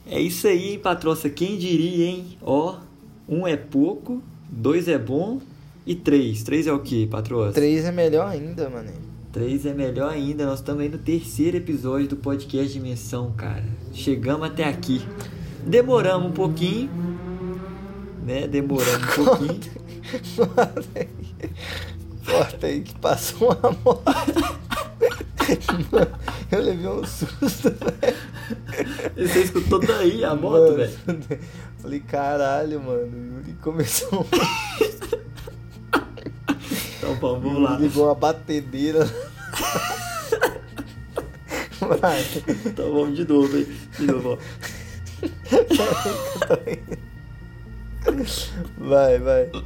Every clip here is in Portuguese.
É isso aí, hein, patroça? Quem diria, hein? Ó, 1 é pouco, 2 é bom e 3. 3 é o quê, patroça? 3 é melhor ainda, mano. 3 é melhor ainda. Nós estamos aí no terceiro episódio do podcast Dimensão, cara. Chegamos até aqui. Demoramos um pouquinho, né? Demoramos um pouquinho. Corta aí que passou uma moto. Mano, eu levei um susto, velho. Você escutou daí a moto, velho? Falei, caralho, mano. O Yuri começou. Então vamos lá. Ligou uma batedeira. Vai. Então vamos de novo, hein? De novo, ó. Vai.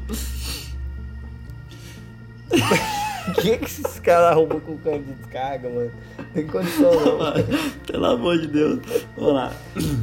O que esses caras arrumam com o cano de descarga, mano? Não tem condição, não. Pelo amor de Deus. Vamos lá.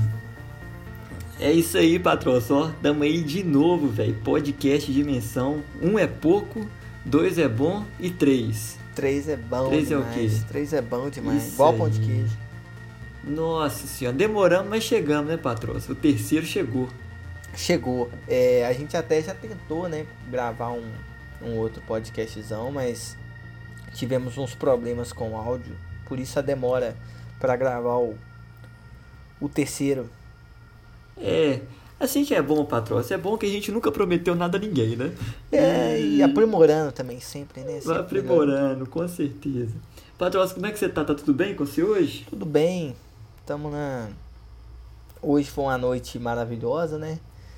É isso aí, patroço. Ó, tamo aí de novo, velho. Podcast Dimensão. 1 é pouco, 2 é bom e 3. 3 é bom 3 demais. é o quê? 3 é bom demais. Isso Igual aí. pão de queijo. Nossa senhora, demoramos, mas chegamos, né, patroço? O terceiro chegou. Chegou. A gente até já tentou, né, gravar um outro podcastzão, mas tivemos uns problemas com o áudio. Por isso a demora pra gravar o terceiro. Assim que é bom, patroço. É bom que a gente nunca prometeu nada a ninguém, né? E aprimorando também, sempre, né? Vai Sempre aprimorando, com certeza. Patroço, como é que você tá? Tá tudo bem com você hoje? tudo bem. Hoje foi uma noite maravilhosa, né?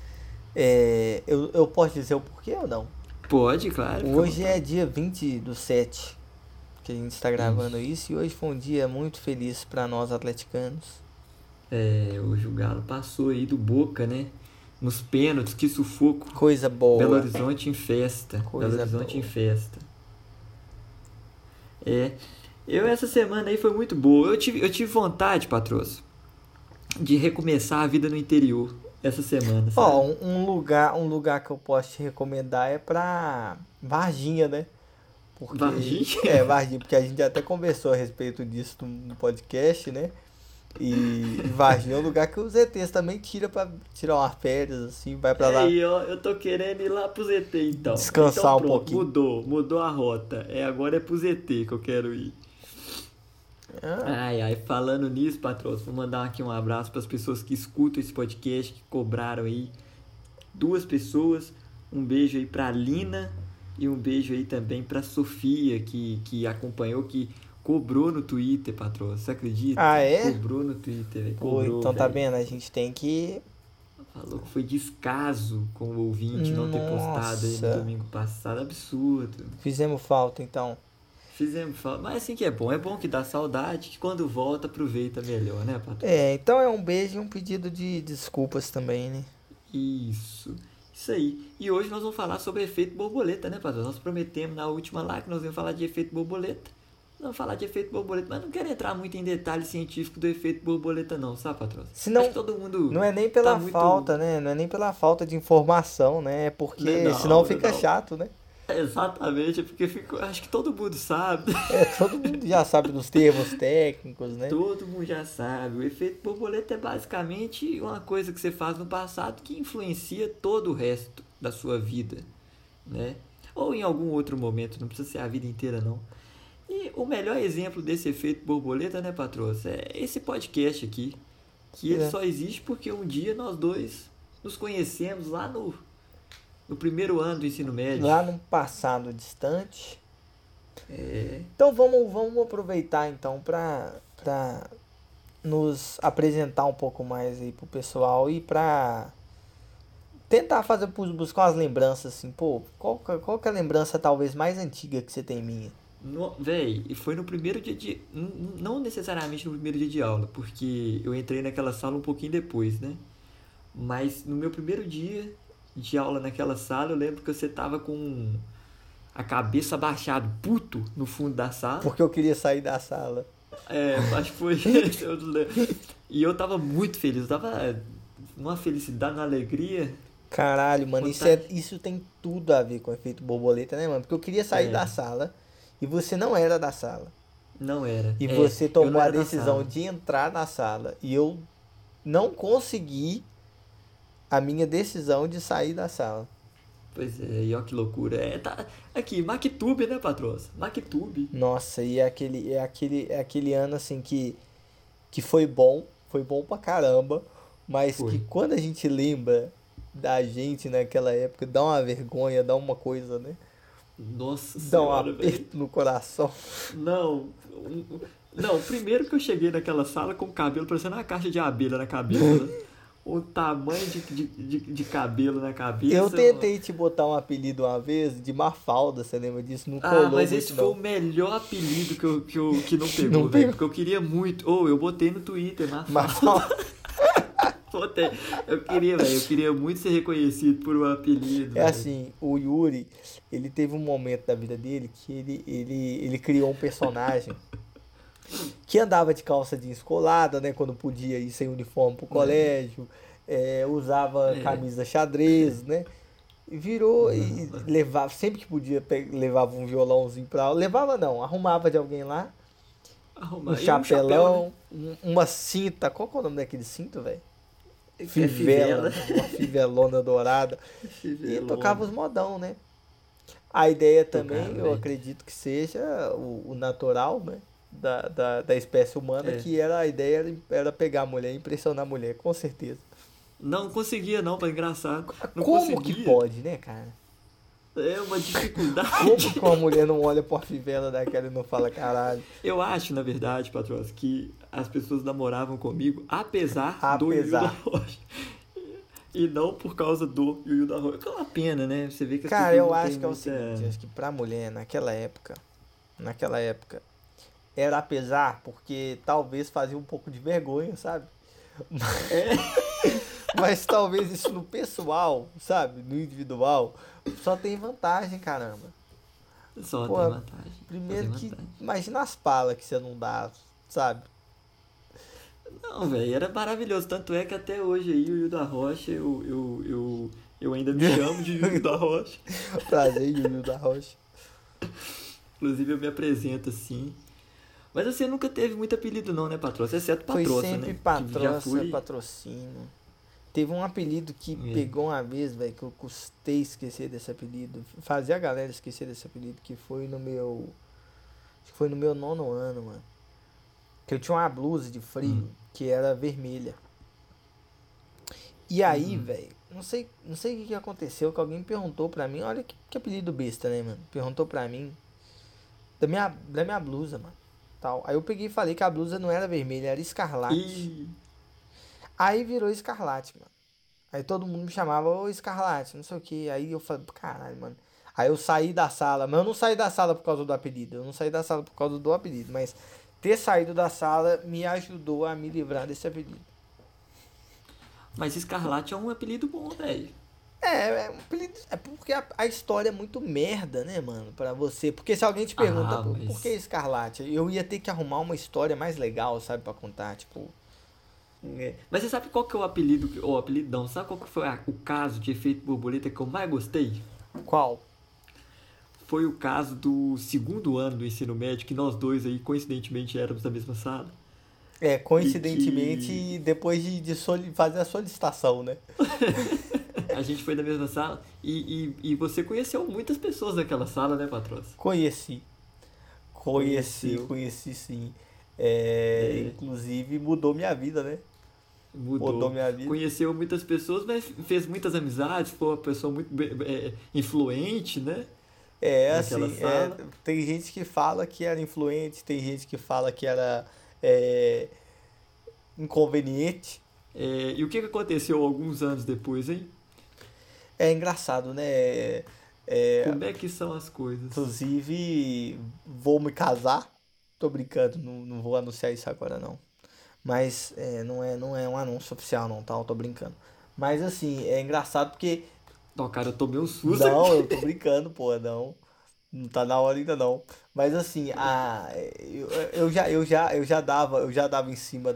Eu posso dizer o porquê ou não? Pode, claro. Hoje é dia 20/7 que a gente está gravando isso. E hoje foi um dia muito feliz para nós atleticanos. Hoje o Galo passou aí do Boca, né? Nos pênaltis, que sufoco. Coisa boa. Belo Horizonte em festa. Coisa Belo Horizonte boa. em festa. Essa semana aí foi muito boa. Eu tive vontade, patroço, de recomeçar a vida no interior essa semana, sabe? Ó, um lugar que eu posso te recomendar é pra Varginha, né? Varginha? Varginha, porque a gente até conversou a respeito disso no podcast, né? E Varginha é um lugar que os ETs também tiram pra tirar umas férias, assim, vai pra lá. Aí, ó, eu tô querendo ir lá pro ZT, então. Descansar Então, um pronto, pouquinho. Mudou a rota. Agora é pro ZT que eu quero ir. Ai, falando nisso, patrão, vou mandar aqui um abraço para as pessoas que escutam esse podcast, que cobraram aí. 2 pessoas, um beijo aí pra Lina e um beijo aí também pra Sofia, que acompanhou, que cobrou no Twitter, patrão, você acredita? Ah, é? Cobrou no Twitter, velho. Pô, Cobrou, então tá velho. vendo? A gente tem que... Falou que foi descaso com o ouvinte não ter postado aí no Nossa. domingo passado, absurdo. Fizemos falta, então. Fizemos falta, mas assim que é bom que dá saudade, que quando volta aproveita melhor, né, patrão? Então é um beijo e um pedido de desculpas também, né? Isso aí. E hoje nós vamos falar sobre efeito borboleta, né, patrão? Nós prometemos na última lá que nós íamos falar de efeito borboleta. Vamos falar de efeito borboleta, mas não quero entrar muito em detalhe científico do efeito borboleta não, sabe, patrão? Senão, acho que todo mundo não é nem pela tá muito... falta, né? Não é nem pela falta de informação, né? É porque Não, senão fica não. chato, né? Exatamente, é porque acho que todo mundo sabe. Todo mundo já sabe dos termos técnicos, né? Todo mundo já sabe. O efeito borboleta é basicamente uma coisa que você faz no passado que influencia todo o resto da sua vida, né? Ou em algum outro momento, não precisa ser a vida inteira, não. E o melhor exemplo desse efeito borboleta, né, patroa, é esse podcast aqui, que ele só existe porque um dia nós dois nos conhecemos lá no primeiro ano do ensino médio. Lá no passado distante. Então vamos aproveitar então para nos apresentar um pouco mais aí pro pessoal e para tentar buscar umas lembranças assim, pô, qual que é a lembrança talvez mais antiga que você tem minha? Véi, e foi no primeiro dia de... Não necessariamente no primeiro dia de aula, porque eu entrei naquela sala um pouquinho depois, né? Mas no meu primeiro dia de aula naquela sala, eu lembro que você tava com a cabeça abaixada, puto, no fundo da sala. Porque eu queria sair da sala. Acho que foi isso. E eu tava muito feliz, eu tava numa felicidade, numa alegria. Caralho, mano, isso tem tudo a ver com o efeito borboleta, né, mano? Porque eu queria sair da sala e você não era da sala. Não era. E você tomou a decisão de entrar na sala e eu não consegui a minha decisão de sair da sala. Pois é, e ó que loucura. Tá aqui, MacTube, né, patroça? MacTube. Nossa, e é aquele ano assim que foi bom pra caramba, mas que Foi. quando a gente lembra da gente naquela época, dá uma vergonha, dá uma coisa, né? Nossa Dá um senhora, velho. aperto no coração. Não, não, primeiro que eu cheguei naquela sala com o cabelo parecendo uma caixa de abelha na cabeça, né? O tamanho de cabelo na Eu cabeça. tentei te botar um apelido uma vez de Mafalda, você lembra disso? Não Ah, colou mas esse muito foi o não. melhor apelido que não Não pegou, velho. pegou. Porque eu queria muito. Ou eu botei no Twitter, Mafalda. Mafalda. Botei. Eu queria muito ser reconhecido por um apelido, É velho. assim, o Yuri, ele teve um momento da vida dele que ele criou um personagem que andava de calça jeans colada, né? Quando podia ir sem uniforme pro colégio, usava É, camisa xadrez, né? E virou e usava. levava, sempre que podia, levava um violãozinho pra aula. Levava não, arrumava de alguém lá, um Arrumar. E um chapéu, né? chapelão, uma cinta. Qual que é o nome daquele cinto, velho? É Fivela, fivela. mano, uma fivelona dourada. E tocava Fivelona. os modão, né? A ideia Tocava, também, eu velho. acredito que seja o natural, né? Da espécie humana, É. que era a ideia era pegar a mulher, impressionar a mulher, com certeza. Não conseguia, não, para engraçado. Não Como que conseguia. pode, né, cara? É uma Como dificuldade. que uma mulher não olha pra uma fivela daquela e não fala caralho? Eu acho, na verdade, patroas, que as pessoas namoravam comigo apesar do Yu Yu da Apesar. Rocha. E não por causa do Yu Yu da Rocha. Que é uma pena, né? Você vê que as Cara, pessoas eu não acho têm que é o muita. seguinte, acho que pra mulher, naquela época, era apesar, porque talvez fazia um pouco de vergonha, sabe? É, Mas talvez isso no pessoal, sabe? No individual, só tem vantagem, caramba. só Pô, tem vantagem. Só tem primeiro que, vantagem. imagina as palas que você não dá, sabe? Não, velho, era maravilhoso. Tanto é que até hoje aí o Yu Yu da Rocha, eu ainda me chamo de Yu Yu da Rocha. Prazer, Yuri da Rocha. Inclusive eu me apresento assim. Mas você nunca teve muito apelido não, né, patroça? Exceto Foi patroça, sempre né? Que já patroça, fui. patrocínio. Teve um apelido que É. pegou uma vez, velho, que eu custei esquecer desse apelido. Fazia a galera esquecer desse apelido, que foi no meu. Acho que foi no meu nono ano, mano. Que eu tinha uma blusa de Hum, frio que era vermelha. E aí, uhum. velho, não sei o que aconteceu, que alguém perguntou pra mim, olha que apelido besta, né, mano? Perguntou pra mim da minha blusa, mano. Tal. Aí eu peguei e falei que a blusa não era vermelha, era escarlate. E. Aí virou escarlate, mano. Aí todo mundo me chamava, ô escarlate, não sei o que. Aí eu falei, caralho, mano. Aí eu saí da sala, mas eu não saí da sala por causa do apelido. Eu não saí da sala por causa do apelido, mas ter saído da sala me ajudou a me livrar desse apelido. Mas Escarlate é um apelido bom, velho. Um apelido. É porque a história é muito merda, né, mano, pra você. Porque se alguém te pergunta Ah, por que mas. escarlate, eu ia ter que arrumar uma história mais legal, sabe, pra contar, tipo, É. Mas você sabe qual que é o apelido, ou apelido não, sabe qual que foi o caso de efeito borboleta que eu mais gostei? qual? Foi o caso do segundo ano do ensino médio, que nós dois aí, coincidentemente, éramos da mesma sala. E que Coincidentemente, depois de fazer a solicitação, né? a gente foi da mesma sala e você conheceu muitas pessoas daquela sala, né, patroa? Conheci. Conheci, Conheceu. conheci sim. É, Inclusive mudou minha vida, né? Mudou mudou. minha vida. Conheceu muitas pessoas, mas fez muitas amizades, foi uma pessoa muito influente, né, naquela Assim, sala. tem gente que fala que era influente, tem gente que fala que era é, inconveniente. E o que que aconteceu alguns anos depois, hein? É engraçado, né? É, Como é que são as coisas? inclusive, vou me casar. Tô brincando, não vou anunciar isso agora não. Mas não é um anúncio oficial não, tá? Eu tô brincando. Mas assim, é engraçado porque. Não, cara, eu tomei um susto Não, aqui. eu tô brincando, pô, não. Não tá na hora ainda não. Mas assim, eu já dava em cima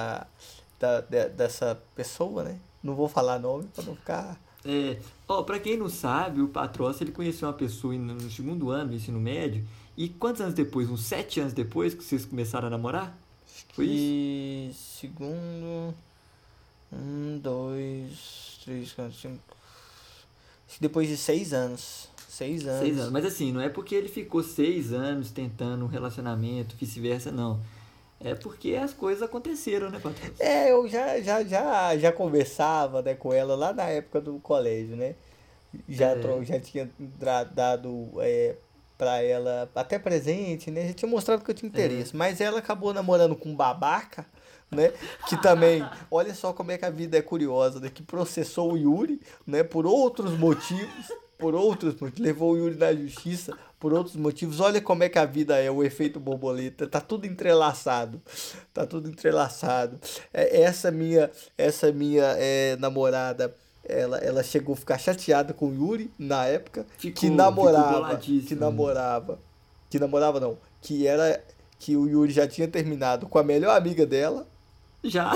dessa pessoa, né? Não vou falar nome pra não ficar. Pra quem não sabe, o Patroça, ele conheceu uma pessoa no segundo ano do ensino médio. E quantos anos depois? Uns 7 anos depois que vocês começaram a namorar? Acho Foi isso? que segundo. 2, 3, 4, 5. Acho que depois de 6 anos. 6 anos. 6 anos. Mas assim, não é porque ele ficou 6 anos tentando um relacionamento, vice-versa, não. É porque as coisas aconteceram, né, patrão? Eu já conversava, né, com ela lá na época do colégio, né? É, Já tinha dado pra ela até presente, né? Já tinha mostrado que eu tinha é. interesse. Mas ela acabou namorando com um babaca, né? Que também, olha só como é que a vida é curiosa, né? Que processou o Yuri, né? Por outros motivos. Por outros motivos. Levou o Yuri na justiça por outros motivos. Olha como é que a vida é, o efeito borboleta. Tá tudo entrelaçado. Tá tudo entrelaçado. Essa minha namorada, ela chegou a ficar chateada com o Yuri na época, Ficou que boladíssimo, né? namorava, que namorava não, que o Yuri já tinha terminado com a melhor amiga dela. Já.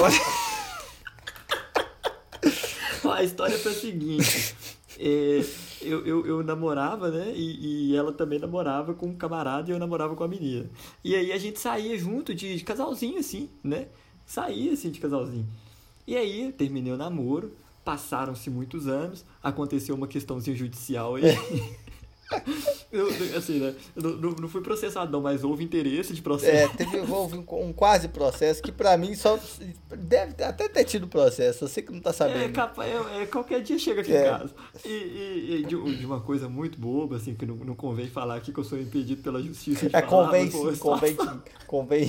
Ó, a história foi a seguinte. é, eu namorava, né? E ela também namorava com um camarada e eu namorava com a menina. E aí a gente saía junto de casalzinho, assim, né? Saía, assim, de casalzinho. E aí, eu terminei o namoro, passaram-se muitos anos, aconteceu uma questãozinha judicial aí. Assim, né? Não fui processado, não, mas houve interesse de processo. Houve um quase processo que pra mim só deve até ter tido processo, você que não tá É sabendo. capaz, qualquer dia chega aqui em É, casa. E de uma coisa muito boba, assim, que não convém falar aqui, que eu sou impedido pela justiça de falar, convém mas pô, sim, convém sim, convém.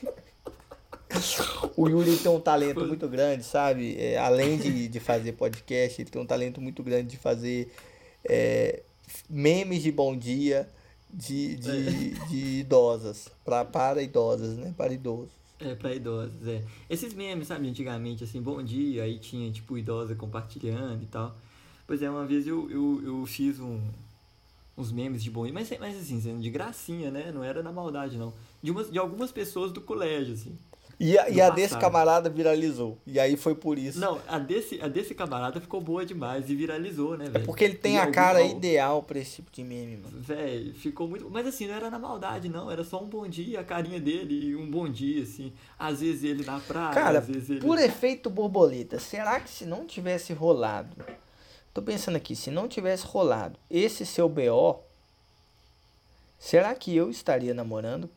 O Yuri tem um talento muito grande, sabe? Além de fazer podcast, ele tem um talento muito grande de fazer é, memes de bom dia de idosas, para idosas, né? Para idosos. pra idosos, é. Esses memes, sabe, antigamente, assim, bom dia, aí tinha, tipo, idosa compartilhando e tal. Pois é, uma vez eu fiz uns memes de bom dia, mas assim, sendo de gracinha, né? Não era na maldade, não. De algumas pessoas do colégio, assim, E do a desse passado. camarada viralizou. E aí foi por isso. Não, a desse camarada ficou boa demais e viralizou, né, É velho? porque ele tem E a cara ideal pra esse tipo de meme, mano. velho, ficou muito. Mas assim, não era na maldade, não. Era só um bom dia, a carinha dele e um bom dia, assim. Às vezes ele na praia, às Cara, vezes por ele. efeito borboleta, será que se não tivesse rolado? Tô pensando aqui, se não tivesse rolado esse seu BO, será que eu estaria namorando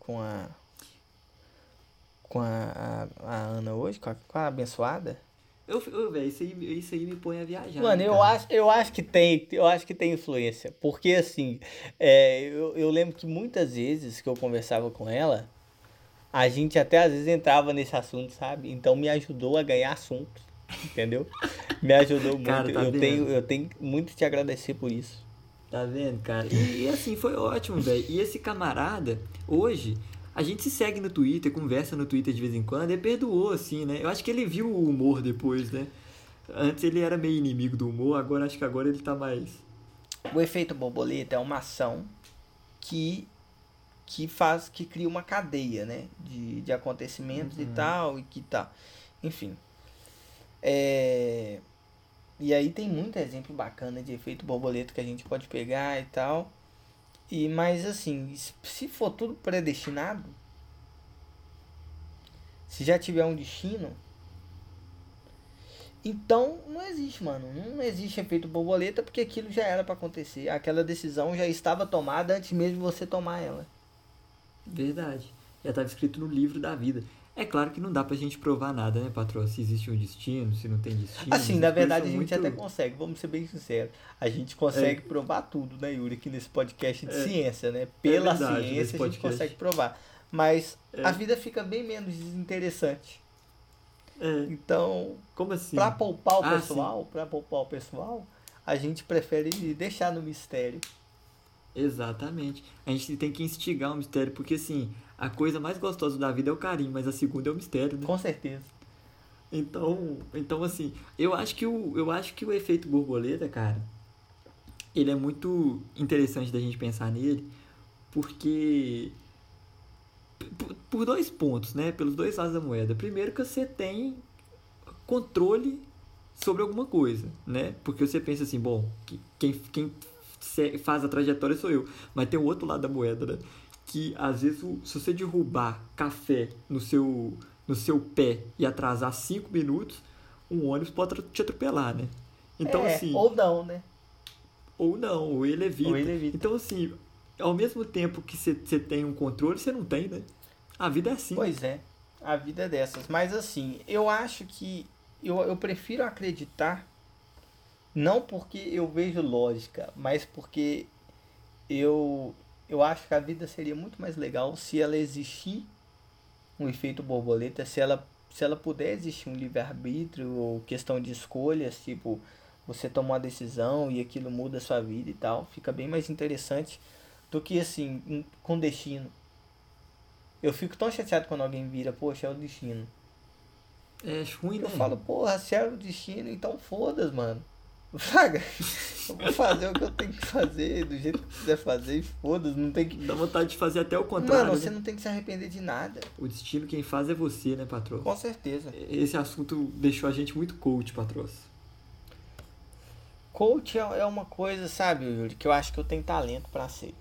com a Ana hoje, com a abençoada? Velho, isso aí me põe a viajar, Mano, né, cara? eu acho que tem influência, porque assim, eu lembro que muitas vezes que eu conversava com ela, a gente até às vezes entrava nesse assunto, sabe? Então me ajudou a ganhar assunto, entendeu? Me ajudou muito. Cara, tá vendo? Eu tenho muito te agradecer por isso. Tá vendo, cara? E assim, foi ótimo, velho. E esse camarada, hoje, a gente se segue no Twitter, conversa no Twitter de vez em quando, e perdoou, assim, né? Eu acho que ele viu o humor depois, né? Antes ele era meio inimigo do humor, agora acho que agora ele tá mais. O efeito borboleta é uma ação que que cria uma cadeia, né? De acontecimentos e Uhum. tal, e que tal. Enfim. É, e aí tem muito exemplo bacana de efeito borboleta que a gente pode pegar e tal. Mas assim, se for tudo predestinado, se já tiver um destino, então não existe, mano. Não existe efeito borboleta porque aquilo já era pra acontecer. Aquela decisão já estava tomada antes mesmo de você tomar ela. Verdade. Já estava escrito no livro da vida. É claro que não dá pra gente provar nada, né, patroa? Se existe um destino, se não tem destino, Assim, na essas coisas verdade são a gente até muito. consegue, vamos ser bem sinceros. A gente É, consegue provar tudo, né, Yuri, aqui nesse podcast de é, ciência, né? é Pela verdade nesse ciência a gente consegue podcast. provar. Mas a É, vida fica bem menos desinteressante. é. Então, Como assim? Ah, sim. para poupar o pessoal, a gente prefere deixar no mistério. Exatamente. A gente tem que instigar o mistério, porque assim, a coisa mais gostosa da vida é o carinho, mas a segunda é o mistério, né? Com certeza. Então assim, eu acho que o efeito borboleta, cara, ele é muito interessante da gente pensar nele, porque por dois pontos, né? Pelos dois lados da moeda. Primeiro que você tem controle sobre alguma coisa, né? Porque você pensa assim, bom, quem faz a trajetória sou eu. Mas tem o outro lado da moeda, né? Que às vezes, se você derrubar café no seu pé e atrasar 5 minutos, um ônibus pode te atropelar, né? Então, assim... Ou não, né? Ou não, ou ele evita. Ou ele evita. Então, assim, ao mesmo tempo que você tem um controle, você não tem, né? A vida é assim. Pois é, a vida é dessas. Mas assim, eu acho que eu prefiro acreditar, não porque eu vejo lógica, mas porque eu acho que a vida seria muito mais legal se ela existir um efeito borboleta, se ela puder existir um livre-arbítrio ou questão de escolhas, tipo, você toma uma decisão e aquilo muda a sua vida e tal, fica bem mais interessante do que assim, com destino. Eu fico tão chateado quando alguém vira, poxa, é o destino. É ruim, né? Eu falo, porra, se é o destino, então foda-se, mano. Saca? Eu vou fazer o que eu tenho que fazer, do jeito que eu quiser fazer e foda-se, não tem que... Dá vontade de fazer até o contrário, Mano, você né? não tem que se arrepender de nada. O destino quem faz é você, né, patroa? Com certeza. Esse assunto deixou a gente muito coach, patroa. Coach é uma coisa, sabe, Yuri, que eu acho que eu tenho talento pra ser.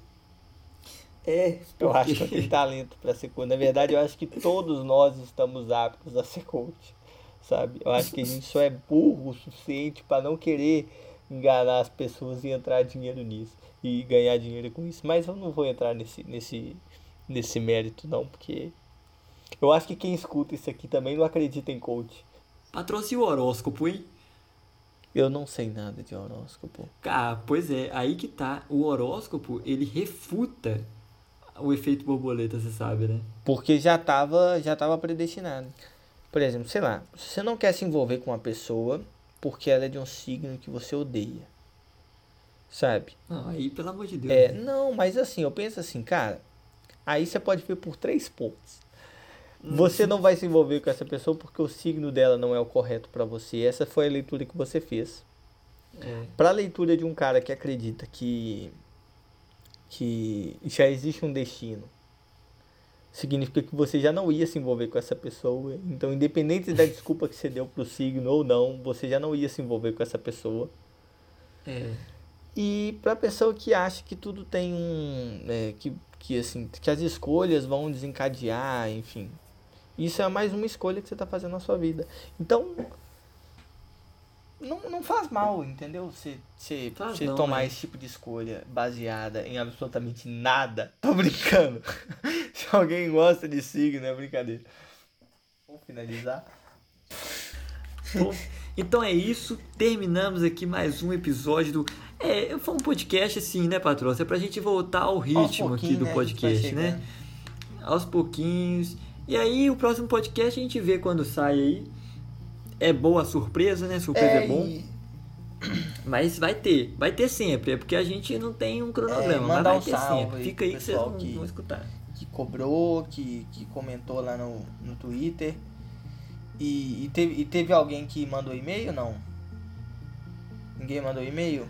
Eu acho que eu tenho talento pra ser coach. Na verdade, eu acho que todos nós estamos aptos a ser coach, sabe? Eu acho que a gente só é burro o suficiente pra não querer enganar as pessoas e entrar dinheiro nisso. E ganhar dinheiro com isso. Mas eu não vou entrar nesse mérito, não, porque eu acho que quem escuta isso aqui também não acredita em coach. Patrocínio o horóscopo, hein? Eu não sei nada de horóscopo. Cara, pois é, aí que tá. O horóscopo, ele refuta o efeito borboleta, você sabe, né? Porque já tava predestinado. Por exemplo, sei lá, você não quer se envolver com uma pessoa porque ela é de um signo que você odeia. Sabe? Não, aí, pelo amor de Deus. Né? Não, mas assim, eu penso assim, cara, aí você pode ver por 3 pontos. Você não vai se envolver com essa pessoa porque o signo dela não é o correto pra você. Essa foi a leitura que você fez. Pra leitura de um cara que acredita que já existe um destino, significa que você já não ia se envolver com essa pessoa. Então, independente da desculpa que você deu pro signo ou não, você já não ia se envolver com essa pessoa. E pra pessoa que acha que tudo tem que as escolhas vão desencadear, enfim. Isso é mais uma escolha que você tá fazendo na sua vida. Então, não faz mal, entendeu? Você não, tomar né? esse tipo de escolha baseada em absolutamente nada. Tô brincando. Se alguém gosta de signo, é brincadeira. Vamos finalizar. Bom, então é isso. Terminamos aqui mais um episódio do... foi um podcast assim, né, patrão? É pra gente voltar ao ritmo aqui do podcast, né? Aos pouquinhos. E aí, o próximo podcast a gente vê quando sai aí. É boa a surpresa, né? Surpresa é bom. Mas vai ter sempre. É porque a gente não tem um cronograma, mas vai ter sempre. Fica aí que vocês vão escutar. Que cobrou, que comentou lá no Twitter. E teve alguém que mandou e-mail, não? Ninguém mandou e-mail?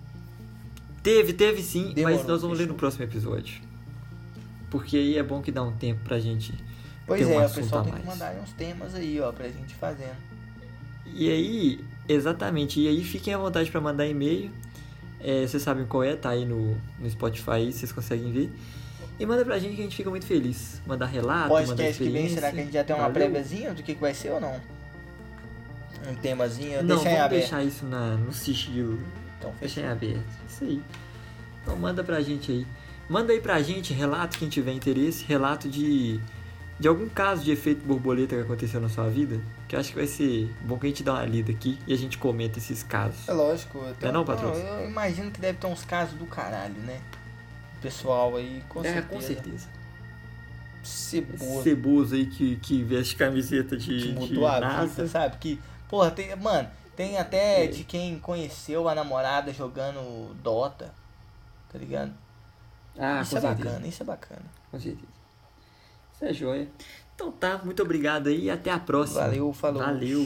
Teve sim, Demorou, mas nós vamos ler fechou. no próximo episódio. Porque aí é bom que dá um tempo pra gente Pois ter um o assunto pessoal a tem mais. que mandar uns temas aí, ó, pra gente fazendo. E aí, exatamente, e aí fiquem à vontade pra mandar e-mail. Vocês sabem qual é, tá aí no Spotify, aí vocês conseguem ver. E manda pra gente que a gente fica muito feliz. Mandar relato, mandar Podcast que experiência. vem, será que a gente já tem uma préviazinha do que vai ser ou não? Um temazinho? Não, Deixa em vamos aberto. deixar isso no sigilo. Então, Deixa em aberto. Isso aí. Então manda pra gente aí. Manda aí pra gente relato, quem tiver interesse, relato de algum caso de efeito borboleta que aconteceu na sua vida, que eu acho que vai ser bom que a gente dá uma lida aqui e a gente comenta esses casos. É lógico. Não, patrão? Eu imagino que deve ter uns casos do caralho, né? Pessoal aí, com certeza. Com certeza. Ceboso. Ceboso aí que veste camiseta Que de mudou a NASA. vida, sabe? Que, porra, tem até de quem conheceu a namorada jogando Dota, tá ligado? Isso é bacana, isso é bacana. Com certeza. Isso é joia. Então tá, muito obrigado aí e até a próxima. Valeu, falou. Valeu.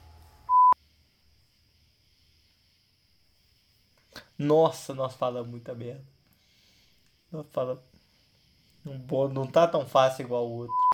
Nossa, nós falamos muita merda. Não tá tão fácil igual o outro.